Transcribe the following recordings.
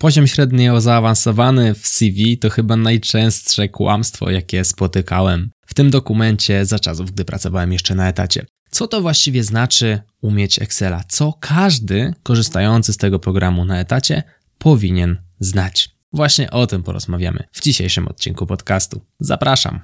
Poziom średni o zaawansowany w CV to chyba najczęstsze kłamstwo, jakie spotykałem w tym dokumencie za czasów, gdy pracowałem jeszcze na etacie. Co to właściwie znaczy umieć Excela? Co każdy korzystający z tego programu na etacie powinien znać? Właśnie o tym porozmawiamy w dzisiejszym odcinku podcastu. Zapraszam!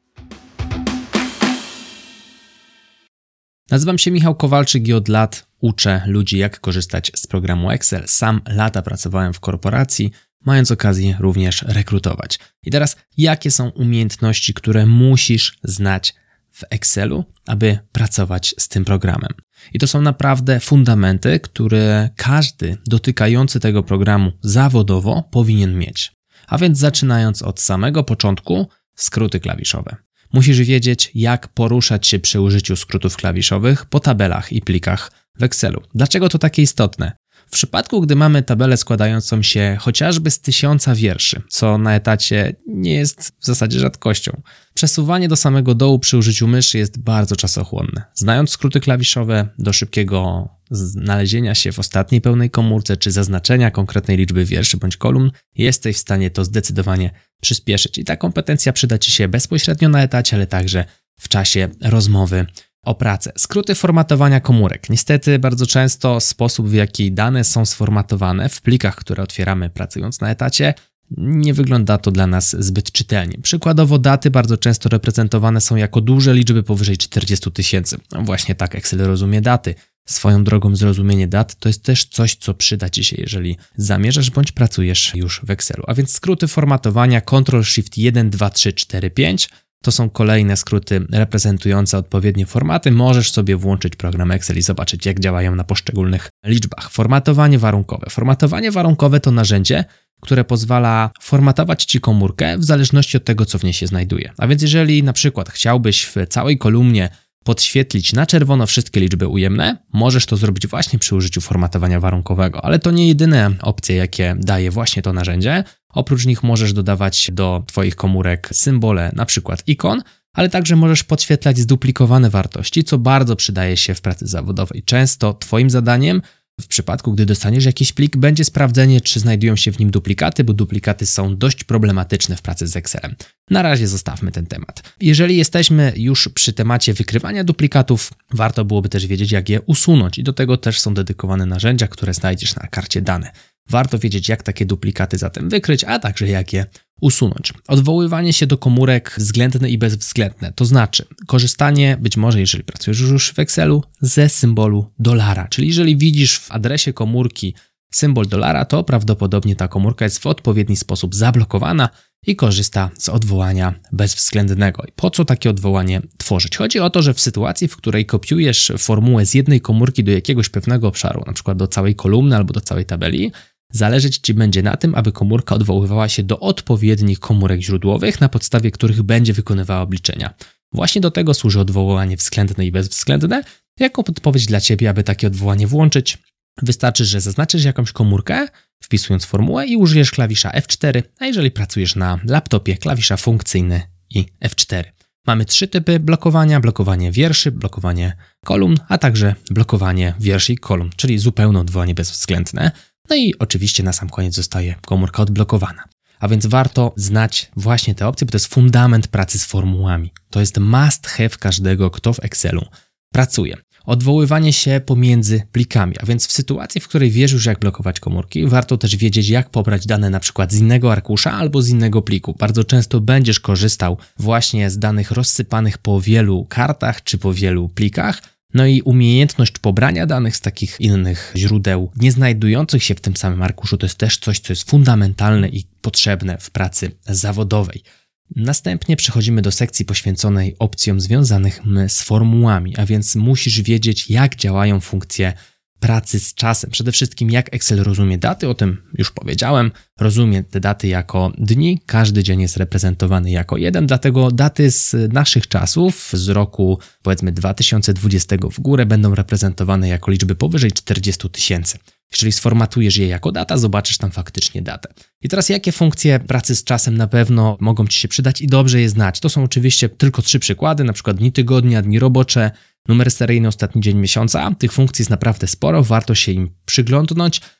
Nazywam się Michał Kowalczyk i od lat uczę ludzi, jak korzystać z programu Excel. Sam lata pracowałem w korporacji, mając okazję również rekrutować. I teraz, jakie są umiejętności, które musisz znać w Excelu, aby pracować z tym programem? I to są naprawdę fundamenty, które każdy dotykający tego programu zawodowo powinien mieć. A więc zaczynając od samego początku, skróty klawiszowe. Musisz wiedzieć, jak poruszać się przy użyciu skrótów klawiszowych po tabelach i plikach w Excelu. Dlaczego to takie istotne? W przypadku, gdy mamy tabelę składającą się chociażby z 1000 wierszy, co na etacie nie jest w zasadzie rzadkością, przesuwanie do samego dołu przy użyciu myszy jest bardzo czasochłonne. Znając skróty klawiszowe do szybkiego znalezienia się w ostatniej pełnej komórce czy zaznaczenia konkretnej liczby wierszy bądź kolumn, jesteś w stanie to zdecydowanie przyspieszyć. I ta kompetencja przyda Ci się bezpośrednio na etacie, ale także w czasie rozmowy o pracę. Skróty formatowania komórek. Niestety bardzo często sposób, w jaki dane są sformatowane w plikach, które otwieramy pracując na etacie, nie wygląda to dla nas zbyt czytelnie. Przykładowo daty bardzo często reprezentowane są jako duże liczby powyżej 40 000. No właśnie tak Excel rozumie daty. Swoją drogą zrozumienie dat to jest też coś, co przyda Ci się, jeżeli zamierzasz bądź pracujesz już w Excelu. A więc skróty formatowania Ctrl+Shift+1, 2, 3, 4, 5 to są kolejne skróty reprezentujące odpowiednie formaty. Możesz sobie włączyć program Excel i zobaczyć, jak działają na poszczególnych liczbach. Formatowanie warunkowe. Formatowanie warunkowe to narzędzie, które pozwala formatować Ci komórkę w zależności od tego, co w niej się znajduje. A więc jeżeli na przykład chciałbyś w całej kolumnie podświetlić na czerwono wszystkie liczby ujemne, możesz to zrobić właśnie przy użyciu formatowania warunkowego, ale to nie jedyne opcje, jakie daje właśnie to narzędzie. Oprócz nich możesz dodawać do Twoich komórek symbole, na przykład ikon, ale także możesz podświetlać zduplikowane wartości, co bardzo przydaje się w pracy zawodowej. Często Twoim zadaniem w przypadku, gdy dostaniesz jakiś plik, będzie sprawdzenie, czy znajdują się w nim duplikaty, bo duplikaty są dość problematyczne w pracy z Excelem. Na razie zostawmy ten temat. Jeżeli jesteśmy już przy temacie wykrywania duplikatów, warto byłoby też wiedzieć, jak je usunąć i do tego też są dedykowane narzędzia, które znajdziesz na karcie dane. Warto wiedzieć, jak takie duplikaty zatem wykryć, a także jak je usunąć. Odwoływanie się do komórek względne i bezwzględne, to znaczy korzystanie, być może jeżeli pracujesz już w Excelu, ze symbolu $, czyli jeżeli widzisz w adresie komórki symbol $, to prawdopodobnie ta komórka jest w odpowiedni sposób zablokowana i korzysta z odwołania bezwzględnego. I po co takie odwołanie tworzyć? Chodzi o to, że w sytuacji, w której kopiujesz formułę z jednej komórki do jakiegoś pewnego obszaru, na przykład do całej kolumny albo do całej tabeli, zależeć Ci będzie na tym, aby komórka odwoływała się do odpowiednich komórek źródłowych, na podstawie których będzie wykonywała obliczenia. Właśnie do tego służy odwoływanie względne i bezwzględne. Jako podpowiedź dla Ciebie, aby takie odwołanie włączyć, wystarczy, że zaznaczysz jakąś komórkę, wpisując formułę i użyjesz klawisza F4, a jeżeli pracujesz na laptopie, klawisza funkcyjny i F4. Mamy 3 typy blokowania: blokowanie wierszy, blokowanie kolumn, a także blokowanie wierszy i kolumn, czyli zupełne odwołanie bezwzględne. No i oczywiście na sam koniec zostaje komórka odblokowana. A więc warto znać właśnie te opcje, bo to jest fundament pracy z formułami. To jest must have każdego, kto w Excelu pracuje. Odwoływanie się pomiędzy plikami, a więc w sytuacji, w której wiesz już, jak blokować komórki, warto też wiedzieć, jak pobrać dane na przykład z innego arkusza albo z innego pliku. Bardzo często będziesz korzystał właśnie z danych rozsypanych po wielu kartach czy po wielu plikach. No i umiejętność pobrania danych z takich innych źródeł, nie znajdujących się w tym samym arkuszu, to jest też coś, co jest fundamentalne i potrzebne w pracy zawodowej. Następnie przechodzimy do sekcji poświęconej opcjom związanych z formułami, a więc musisz wiedzieć, jak działają funkcje pracy z czasem. Przede wszystkim jak Excel rozumie daty, o tym już powiedziałem. Rozumie te daty jako dni, każdy dzień jest reprezentowany jako jeden, dlatego daty z naszych czasów, z roku powiedzmy 2020 w górę, będą reprezentowane jako liczby powyżej 40 000. Jeżeli sformatujesz je jako data, zobaczysz tam faktycznie datę. I teraz jakie funkcje pracy z czasem na pewno mogą Ci się przydać i dobrze je znać? To są oczywiście tylko 3 przykłady, na przykład dni tygodnia, dni robocze, numer seryjny, ostatni dzień miesiąca. Tych funkcji jest naprawdę sporo, warto się im przyglądnąć.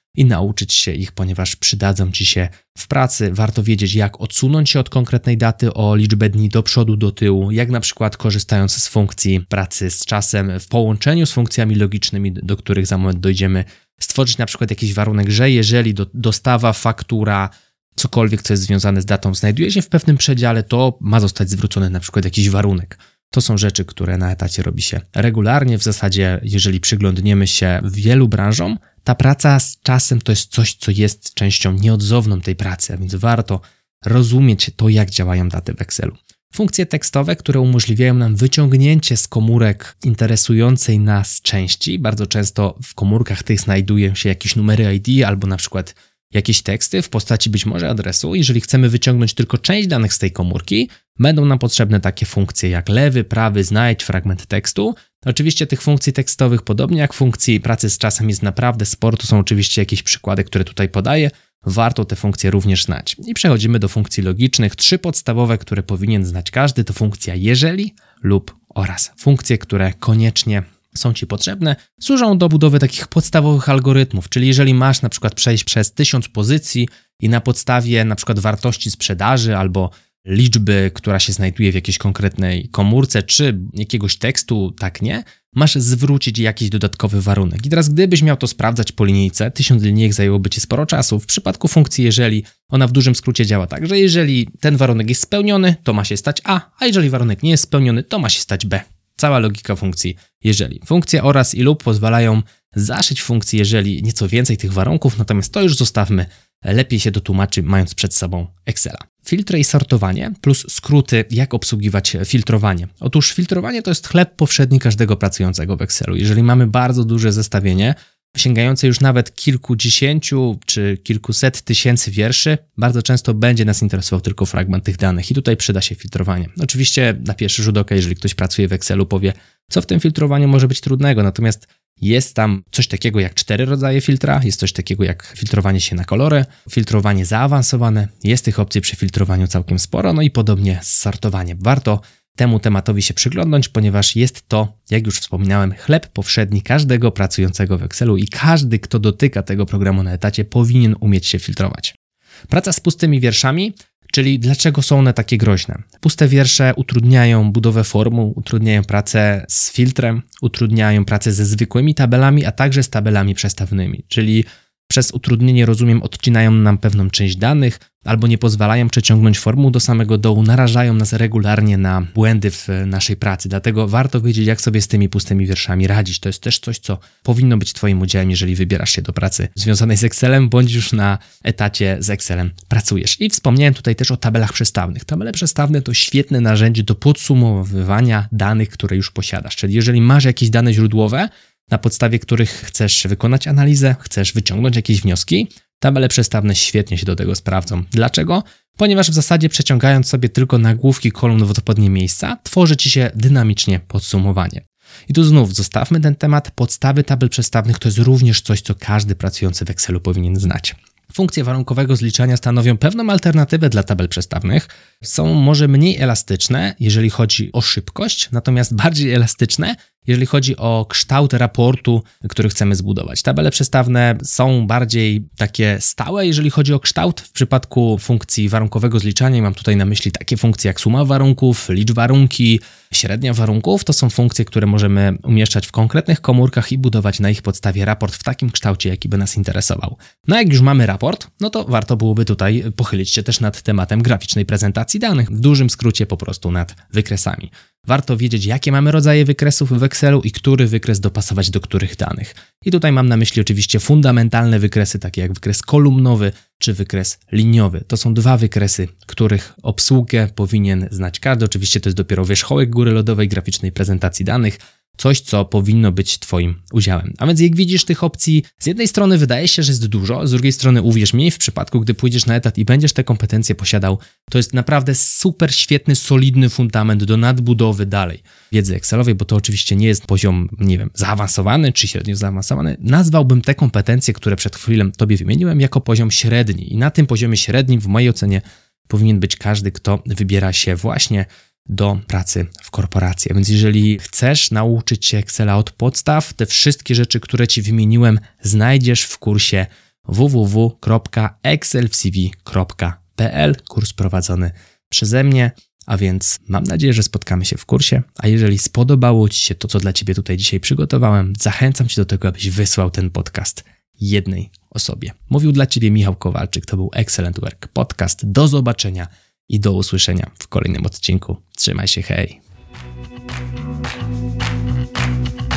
i nauczyć się ich, ponieważ przydadzą Ci się w pracy. Warto wiedzieć, jak odsunąć się od konkretnej daty o liczbę dni do przodu, do tyłu, jak na przykład korzystając z funkcji pracy z czasem w połączeniu z funkcjami logicznymi, do których za moment dojdziemy, stworzyć na przykład jakiś warunek, że jeżeli dostawa, faktura, cokolwiek, co jest związane z datą, znajduje się w pewnym przedziale, to ma zostać zwrócony na przykład jakiś warunek. To są rzeczy, które na etacie robi się regularnie. W zasadzie, jeżeli przyglądniemy się wielu branżom, ta praca z czasem to jest coś, co jest częścią nieodzowną tej pracy, a więc warto rozumieć to, jak działają daty w Excelu. Funkcje tekstowe, które umożliwiają nam wyciągnięcie z komórek interesującej nas części. Bardzo często w komórkach tych znajdują się jakieś numery ID albo na przykład jakieś teksty w postaci być może adresu. Jeżeli chcemy wyciągnąć tylko część danych z tej komórki, będą nam potrzebne takie funkcje jak lewy, prawy, znajdź fragment tekstu. Oczywiście tych funkcji tekstowych, podobnie jak funkcji pracy z czasem, jest naprawdę sporo. To są oczywiście jakieś przykłady, które tutaj podaję. Warto te funkcje również znać. I przechodzimy do funkcji logicznych. 3 podstawowe, które powinien znać każdy, to funkcja jeżeli lub oraz. Funkcje, które koniecznie są Ci potrzebne, służą do budowy takich podstawowych algorytmów, czyli jeżeli masz na przykład przejść przez 1000 pozycji i na podstawie na przykład wartości sprzedaży albo liczby, która się znajduje w jakiejś konkretnej komórce, czy jakiegoś tekstu, tak nie, masz zwrócić jakiś dodatkowy warunek. I teraz gdybyś miał to sprawdzać po linijce, 1000 linijek zajęłoby Ci sporo czasu. W przypadku funkcji jeżeli, ona w dużym skrócie działa tak, że jeżeli ten warunek jest spełniony, to ma się stać A, a jeżeli warunek nie jest spełniony, to ma się stać B. Cała logika funkcji jeżeli. Funkcje oraz i lub pozwalają zaszyć funkcji jeżeli nieco więcej tych warunków, natomiast to już zostawmy, lepiej się dotłumaczy, mając przed sobą Excela. Filtry i sortowanie plus skróty, jak obsługiwać filtrowanie. Otóż filtrowanie to jest chleb powszedni każdego pracującego w Excelu. Jeżeli mamy bardzo duże zestawienie, sięgające już nawet kilkudziesięciu czy kilkuset tysięcy wierszy, bardzo często będzie nas interesował tylko fragment tych danych i tutaj przyda się filtrowanie. Oczywiście na pierwszy rzut oka, jeżeli ktoś pracuje w Excelu, powie, co w tym filtrowaniu może być trudnego, natomiast jest tam coś takiego jak 4 rodzaje filtra, jest coś takiego jak filtrowanie się na kolory, filtrowanie zaawansowane, jest tych opcji przy filtrowaniu całkiem sporo, no i podobnie z sortowaniem. Warto temu tematowi się przyglądnąć, ponieważ jest to, jak już wspominałem, chleb powszedni każdego pracującego w Excelu i każdy, kto dotyka tego programu na etacie, powinien umieć się filtrować. Praca z pustymi wierszami, czyli dlaczego są one takie groźne? Puste wiersze utrudniają budowę formuł, utrudniają pracę z filtrem, utrudniają pracę ze zwykłymi tabelami, a także z tabelami przestawnymi, czyli przez utrudnienie, rozumiem, odcinają nam pewną część danych albo nie pozwalają przeciągnąć formuł do samego dołu, narażają nas regularnie na błędy w naszej pracy. Dlatego warto wiedzieć, jak sobie z tymi pustymi wierszami radzić. To jest też coś, co powinno być Twoim udziałem, jeżeli wybierasz się do pracy związanej z Excelem, bądź już na etacie z Excelem pracujesz. I wspomniałem tutaj też o tabelach przestawnych. Tabele przestawne to świetne narzędzie do podsumowywania danych, które już posiadasz. Czyli jeżeli masz jakieś dane źródłowe, na podstawie których chcesz wykonać analizę, chcesz wyciągnąć jakieś wnioski, tabele przestawne świetnie się do tego sprawdzą. Dlaczego? Ponieważ w zasadzie przeciągając sobie tylko nagłówki kolumn w odpowiednie miejsca, tworzy Ci się dynamicznie podsumowanie. I tu znów zostawmy ten temat. Podstawy tabel przestawnych to jest również coś, co każdy pracujący w Excelu powinien znać. Funkcje warunkowego zliczania stanowią pewną alternatywę dla tabel przestawnych. Są może mniej elastyczne, jeżeli chodzi o szybkość, natomiast bardziej elastyczne, jeżeli chodzi o kształt raportu, który chcemy zbudować. Tabele przestawne są bardziej takie stałe, jeżeli chodzi o kształt. W przypadku funkcji warunkowego zliczania mam tutaj na myśli takie funkcje jak suma warunków, licz warunki, średnia warunków. To są funkcje, które możemy umieszczać w konkretnych komórkach i budować na ich podstawie raport w takim kształcie, jaki by nas interesował. No jak już mamy raport, no to warto byłoby tutaj pochylić się też nad tematem graficznej prezentacji danych, w dużym skrócie po prostu nad wykresami. Warto wiedzieć, jakie mamy rodzaje wykresów w Excelu i który wykres dopasować do których danych. I tutaj mam na myśli oczywiście fundamentalne wykresy, takie jak wykres kolumnowy czy wykres liniowy. To są 2 wykresy, których obsługę powinien znać każdy. Oczywiście to jest dopiero wierzchołek góry lodowej graficznej prezentacji danych. Coś, co powinno być Twoim udziałem. A więc jak widzisz, tych opcji z jednej strony wydaje się, że jest dużo, z drugiej strony uwierz mi, w przypadku gdy pójdziesz na etat i będziesz te kompetencje posiadał, to jest naprawdę super świetny, solidny fundament do nadbudowy dalej wiedzy Excelowej, bo to oczywiście nie jest poziom, nie wiem, zaawansowany czy średnio zaawansowany. Nazwałbym te kompetencje, które przed chwilą Tobie wymieniłem, jako poziom średni i na tym poziomie średnim w mojej ocenie powinien być każdy, kto wybiera się właśnie do pracy w korporacji. A więc jeżeli chcesz nauczyć się Excela od podstaw, te wszystkie rzeczy, które Ci wymieniłem, znajdziesz w kursie www.excelwcv.pl, kurs prowadzony przeze mnie, a więc mam nadzieję, że spotkamy się w kursie, a jeżeli spodobało Ci się to, co dla Ciebie tutaj dzisiaj przygotowałem, zachęcam Cię do tego, abyś wysłał ten podcast jednej osobie. Mówił dla Ciebie Michał Kowalczyk, to był Excellent Work Podcast. Do zobaczenia i do usłyszenia w kolejnym odcinku. Trzymaj się, hej!